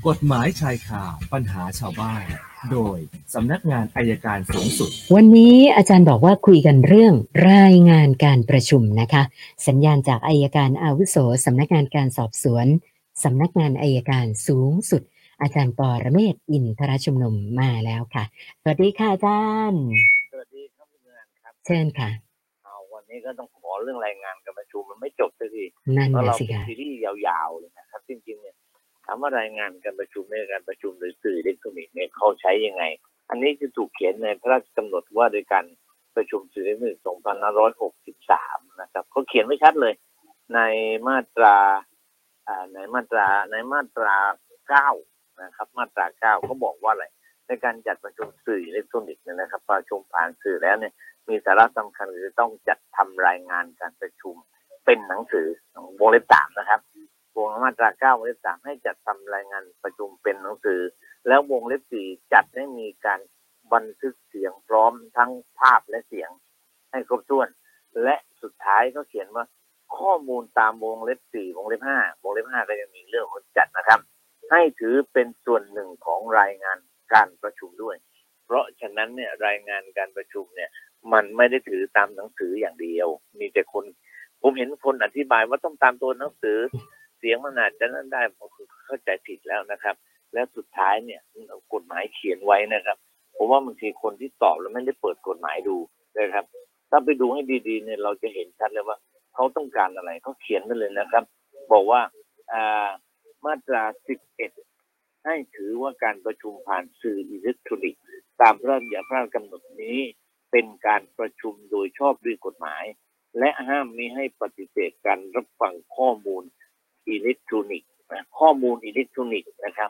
กฎหมายชายคาปัญหาชาวบ้านโดยสำนักงานอัยการสูงสุดวันนี้อาจารย์บอกว่าคุยกันเรื่องรายงานการประชุมนะคะสัญญาณจากอัยการอาวุโสสำนักงานการสอบสวนสำนักงานอัยการสูงสุดอาจารย์ปรเมศวร์อินทรชุมนุมมาแล้วค่ะสวัสดีค่ะอาจารย์สวัสดีครับคุณงานครับเชิญค่ะวันนี้ก็ต้องขอเรื่องรายงานการประชุมมันไม่จบสักทีเพราะเราเป็นซีรีส์ยาวๆเลยนะครับจริงๆเนี่ยถามว่ารายงานการประชุมในการประชุมโดยสื่ออิเล็กทรอนิกส์เนี่ยเขาใช้ยังไงอันนี้จะถูกเขียนในพระราชกำหนดว่าโดยการประชุมสื่ออิเล็กทรอนิกส์2563นะครับเขาเขียนไว้ชัดเลยในมาตรา9นะครับมาตรา9เขาบอกว่าอะไรในการจัดประชุมสื่ออิเล็กทรอนิกส์เนี่ยนะครับประชุมผ่านสื่อแล้วเนี่ยมีสาระสำคัญคือต้องจัดทำรายงานการประชุมเป็นหนังสือวงเล็บ3นะครับวงมาตรา9วงเล็บ3ให้จัดทำรายงานประชุมเป็นหนังสือแล้ววงเล็บ4จัดให้มีการบันทึกเสียงพร้อมทั้งภาพและเสียงให้ครบถ้วนและสุดท้ายก็เขียนว่าข้อมูลตามวงเล็บ4วงเล็บ5วงเล็บ5ก็ยังมีเรื่องของจัดนะครับให้ถือเป็นส่วนหนึ่งของรายงานการประชุมด้วยเพราะฉะนั้นเนี่ยรายงานการประชุมเนี่ยมันไม่ได้ถือตามหนังสืออย่างเดียวมีแต่คนผมเห็นคนอธิบายว่าต้องตามตัวหนังสือเสียงมันอาจจะนั้นได้ผมเข้าใจผิดแล้วนะครับและสุดท้ายเนี่ยกฎหมายเขียนไว้นะครับผมว่าบางทีคนที่ตอบแล้วไม่ได้เปิดกฎหมายดูนะครับถ้าไปดูให้ดีๆเนี่ยเราจะเห็นชัดเลยว่าเขาต้องการอะไรเขาเขียนไว้เลยนะครับบอกว่ามาตรา11ให้ถือว่าการประชุมผ่านสื่ออิเล็กทรอนิกส์ตามพระราชกำหนดนี้เป็นการประชุมโดยชอบด้วยกฎหมายและห้ามมิให้ปฏิเสธการรับฟังข้อมูลอิเล็กทรอนิกส์ข้อมูลอิเล็กทรอนิกส์นะครับ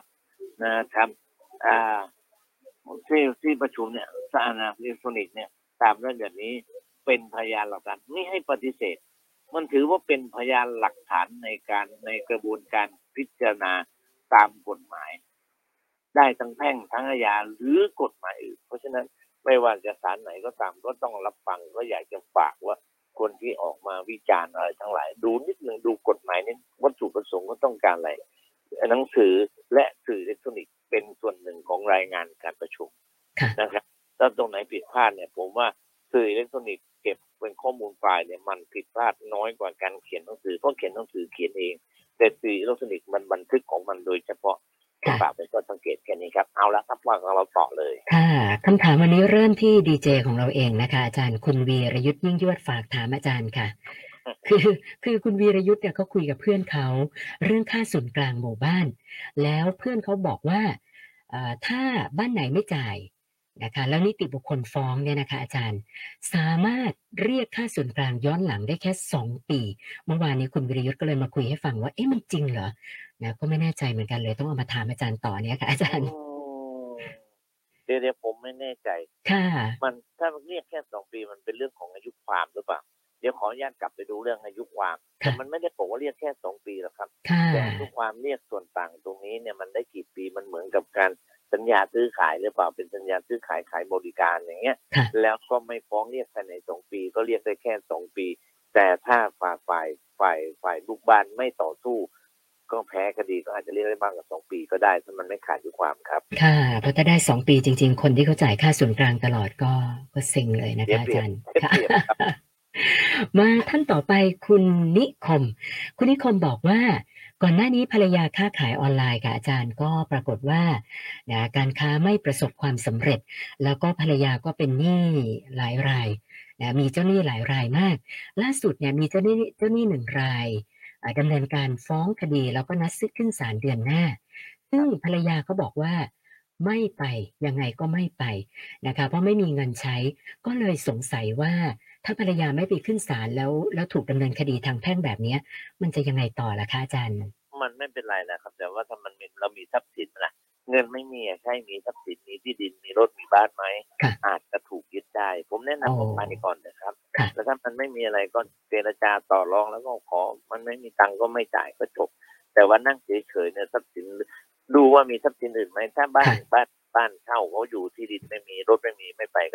ที่ประชุมเนี่ยสาธารณอิเล็กทรอนิกส์เนี่ยตามเรื่องแบบนี้เป็นพยานหลักฐานไม่ให้ปฏิเสธมันถือว่าเป็นพยานหลักฐานในกระบวนการพิจารณาตามกฎหมายได้ทั้งแพ่งทั้งอาญาหรือกฎหมายอื่นเพราะฉะนั้นไม่ว่าจะศาลไหนก็ตามก็ต้องรับฟังก็อยากจะฝากว่าคนที่ออกมาวิจารณ์อะไรทั้งหลายดูนิดนึงดูกฎหมายนี้วัตถุประสงค์ก็ต้องการอะไรหนังสือและสื่ออิเล็กทรอนิกส์เป็นส่วนหนึ่งของรายงานการประชุมนะครับถ้าตรงไหนผิดพลาดเนี่ยผมว่าสื่ออิเล็กทรอนิกส์เก็บเป็นข้อมูลไฟล์เนี่ยมันผิดพลาดน้อยกว่าการเขียนหนังสือเพราะเขียนหนังสือเขียนเองแต่สื่ออิเล็กทรอนิกส์มันบันทึกของมันโดยเฉพาะฝากเป็นข้อสังเกตแค่นี้ครับเอาละครับว่าเราต่อเลยค่ะคำถามวันนี้เริ่มที่ดีเจของเราเองนะคะอาจารย์คุณวีรยุทธ์ยิ่งยวดฝากถามอาจารย์ค่ะคือคุณวีรยุทธ์เนี่ยเขาคุยกับเพื่อนเขาเรื่องค่าส่วนกลางหมู่บ้านแล้วเพื่อนเขาบอกว่าถ้าบ้านไหนไม่จ่ายนะคะแล้วนิติบุคคลฟ้องเนี่ยนะคะอาจารย์สามารถเรียกค่าส่วนกลางย้อนหลังได้แค่2 ปีเมื่อวานนี้คุณวีรยุทธ์ก็เลยมาคุยให้ฟังว่าเอ๊ะมันจริงเหรอนะก็ไม่แน่ใจเหมือนกันเลยต้องเอามาถามอาจารย์ต่อเนี่ยค่ะอาจารย์เดี๋ยวผมไม่แน่ใจค่ะมันถ้ามันเรียกแค่2 ปีมันเป็นเรื่องของอายุความหรือเปล่าเดี๋ยวขออนุญาตกลับไปดูเรื่องอายุความแต่มันไม่ได้บอกว่าเรียกแค่2 ปีหรอกครับแต่อายุความเรียกส่วนต่างตรงนี้เนี่ยมันได้กี่ปีมันเหมือนกับการสัญญาซื้อขายหรือเปล่าเป็นสัญญาซื้อขายบริการอย่างเงี้ยแล้วก็ไม่ฟ้องเรียกภายใน2 ปีก็เรียกได้แค่2 ปีแต่ถ้าฝ่ายลูกบ้านไม่ต่อสู้ก็แพ้คดีก็อาจจะเรียกได้มากกว่า2 ปีก็ได้ถ้ามันไม่ขาดอายุความครับค่ะเพราะถ้าได้2 ปีจริงๆคนที่เขาจ่ายค่าส่วนกลางตลอดก็เซ็งเลยนะคะอาจารย์มาท่านต่อไปคุณนิคมบอกว่าก่อนหน้านี้ภรรยาค้าขายออนไลน์ค่ะอาจารย์ก็ปรากฏว่าการค้าไม่ประสบความสำเร็จแล้วก็ภรรยาก็เป็นหนี้หลายรายมีเจ้าหนี้หลายรายมากล่าสุดเนี่ยมีเจ้าหนี้1 รายดำเนินการฟ้องคดีแล้วก็นัดขึ้นศาลเดือนหน้าซึ่งภรรยาเขาบอกว่าไม่ไปยังไงก็ไม่ไปนะคะเพราะไม่มีเงินใช้ก็เลยสงสัยว่าถ้าภรรยาไม่ไปขึ้นศาลแล้วถูกดำเนินคดีทางแพ่งแบบนี้มันจะยังไงต่อล่ะคะอาจารย์มันไม่เป็นไรนะครับแต่ว่าถ้าเรามีทรัพย์สินนะเงินไม่มีใช่มีทรัพย์สินมีที่ดินมีรถมีบ้านไหมอาจจะถูกยึดได้ผมแนะนำออกไปก่อนนะครับแล้วถ้ามันไม่มีอะไรก็เจรจาต่อรองแล้วก็ขอมันไม่มีตังก็ไม่จ่ายก็จบแต่ว่านั่งเฉยๆเนี่ยทรัพย์สินดูว่ามีทรัพย์สินอื่นไหมถ้าบ้านเช่าเขาอยู่ที่ดินไม่มีรถไม่มีไม่ไปก็ได้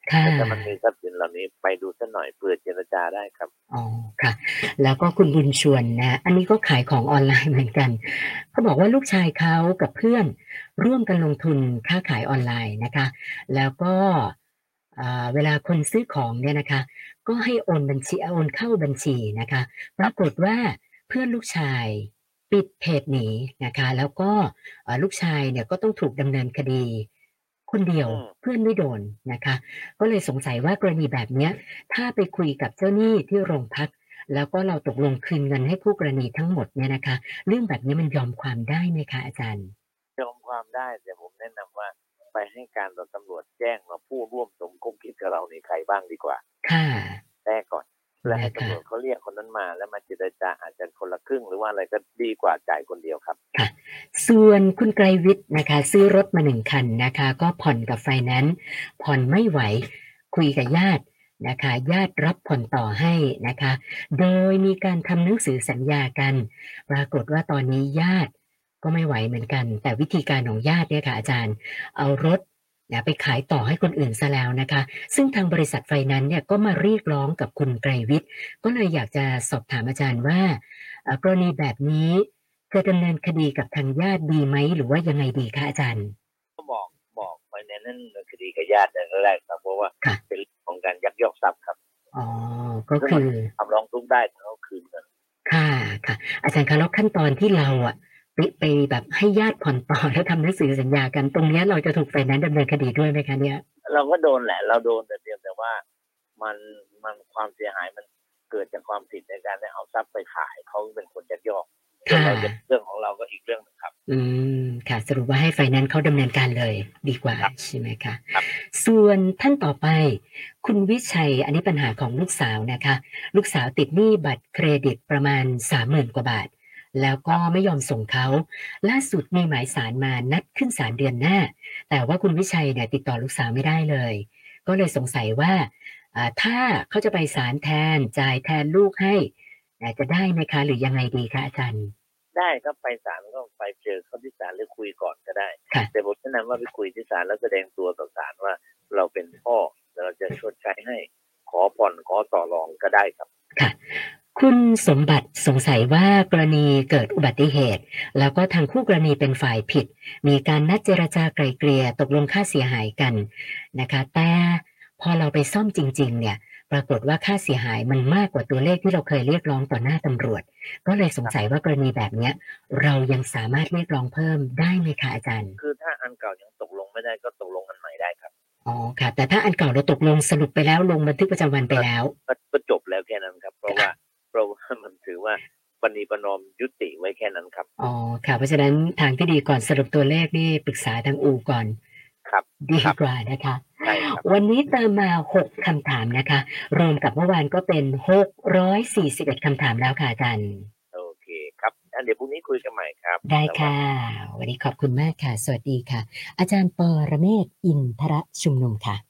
ค่ะแต่ถ้ามันมีทรัพย์สินเหล่านี้ไปดูสักหน่อยเพื่อเจรจาได้ครับอ๋อค่ะ แล้วก็คุณบุญชวนนะอันนี้ก็ขายของออนไลน์เหมือนกันเขาบอกว่าลูกชายเขากับเพื่อนร่วมกันลงทุนค้าขายออนไลน์นะคะ แล้วก็เวลาคนซื้อของเนี่ยนะคะ ก็ให้โอนเข้าบัญชีนะคะ ปรากฏว่าเพื่อนลูกชายปิดเพจหนีนะคะ แล้วก็ลูกชายเนี่ยก็ต้องถูกดำเนินคดีคนเดียว เพื่อนไม่โดนนะคะ ก็เลยสงสัยว่ากรณีแบบเนี้ย ถ้าไปคุยกับเจ้าหนี้ที่โรงพัก แล้วก็เราตกลงคืนเงินให้คู่กรณีทั้งหมดเนี่ยนะคะ เรื่องแบบนี้มันยอมความได้ไหมคะอาจารย์ยอมความได้แต่ผมแนะนำว่าไปให้การต่อตำรวจแจ้งมาผู้ร่วมสมคบคิดกับเราในใครบ้างดีกว่าค่ะแก้ก่อนแล้วให้นะคะตำรวจเขาเรียกคนนั้นมาแล้วมาเจรจาอาจจะคนละครึ่งหรือว่าอะไรก็ดีกว่าจ่ายคนเดียวครับค่ะ ส่วนคุณไกรวิทย์นะคะ ซื้อรถมา1 คันนะคะ ก็ผ่อนกับไฟแนนซ์ผ่อนไม่ไหว คุยกับญาตินะคะ ญาติรับผ่อนต่อให้นะคะ โดยมีการทำหนังสือสัญญากัน ปรากฏว่าตอนนี้ญาติก็ไม่ไหวเหมือนกัน แต่วิธีการของญาติเนี่ยค่ะอาจารย์ เอารถไปขายต่อให้คนอื่นซะแล้วนะคะ ซึ่งทางบริษัทไฟแนนซ์เนี่ยก็มาเรียกร้องกับคุณไกรวิทย์ ก็เลยอยากจะสอบถามอาจารย์ว่ากรณีแบบนี้จะดำเนินคดีกับทางญาติดีไหมหรือว่ายังไงดีคะอาจารย์ก็บอกไปในนั้นคดีกับญาติแต่แรกครับเพราะว่าค่ะเป็นเรื่องของการยักยอกทรัพย์ครับอ๋อ ก็คือทำร้องทุกข์ได้ถ้าเขาคืนเงินค่ะค่ะอาจารย์คะแล้วขั้นตอนที่เราไปแบบให้ญาติผ่อนต่อแล้วทำหนังสือสัญญากันตรงเนี้ยเราจะถูกไฟแนนซ์ดำเนินคดีด้วยไหมคะเนี่ยเราก็โดนแหละเราโดนแต่เพียงแต่ว่ามันความเสียหายมันเกิดจากความผิดในการได้เอาทรัพย์ไปขายเขาเป็นคนยักยอกค่ะเราจะเรื่องของเราก็อีกเรื่องหนึงครับค่ะ สรุปว่าให้ไฟแนนซ์เขาดำเนินการเลยดีกว่าครับใช่ไหมคะครับส่วนท่านต่อไป คุณวิชัยอันนี้ปัญหาของลูกสาวนะคะ ลูกสาวติดหนี้บัตรเครดิตประมาณ 30,000 กว่าบาท แล้วก็ไม่ยอมส่งเขาล่าสุดมีหมายศาลมานัดขึ้นศาลเดือนหน้า แต่ว่าคุณวิชัยเนี่ยติดต่อลูกสาวไม่ได้เลย ก็เลยสงสัยว่าถ้าเขาจะไปศาลแทนจ่ายแทนลูกให้จะได้ไหมคะหรือยังไงดีคะอาจารย์ได้ครับไปศาลก็ไปเจอเขาที่ศาลหรือคุยก่อนก็ได้ค่ะแต่ผมแนะนำว่าไปคุยที่ศาลแล้วแสดงตัวต่อศาลว่าเราเป็นพ่อแล้วเราจะชดใช้ให้ขอผ่อนขอต่อรองก็ได้ครับค่ะ คุณสมบัติสงสัยว่ากรณีเกิดอุบัติเหตุ แล้วก็ทางคู่กรณีเป็นฝ่ายผิด มีการนัดเจรจาไกล่เกลี่ยตกลงค่าเสียหายกันนะคะ แต่พอเราไปซ่อมจริงๆเนี่ยปรากฏว่าค่าเสียหายมันมากกว่าตัวเลขที่เราเคยเรียกร้องต่อหน้าตำรวจ ก็เลยสงสัยว่ากรณีแบบเนี้ยเรายังสามารถเรียกร้องเพิ่มได้ไหมคะอาจารย์คือถ้าอันเก่ายังตกลงไม่ได้ก็ตกลงอันใหม่ได้ครับอ๋อค่ะ แต่ถ้าอันเก่าเราตกลงสรุปไปแล้วลงบันทึกประจำวันไปแล้วก็จบแล้วแค่นั้นครับ เพราะว่ามันถือว่าปณีประนอมยุติไว้แค่นั้นครับอ๋อค่ะเพราะฉะนั้นทางที่ดีก่อนสรุปตัวเลขนี่ปรึกษาทางอู่ก่อนครับดีครับกว่านะคะใช่ครับวันนี้เติมมา6คำถามนะคะ รวมกับเมื่อวานก็เป็น641คำถามแล้วค่ะอาจารย์โอเคครับเดี๋ยวพรุ่งนี้คุยกันใหม่ครับได้ค่ะ วันนี้ขอบคุณมากค่ะ สวัสดีค่ะ อาจารย์ปรเมศวร์อินทรชุมนุมค่ะ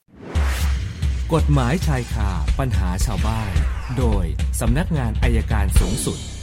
กฎหมายชายคาปัญหาชาวบ้าน โดยสำนักงานอัยการสูงสุด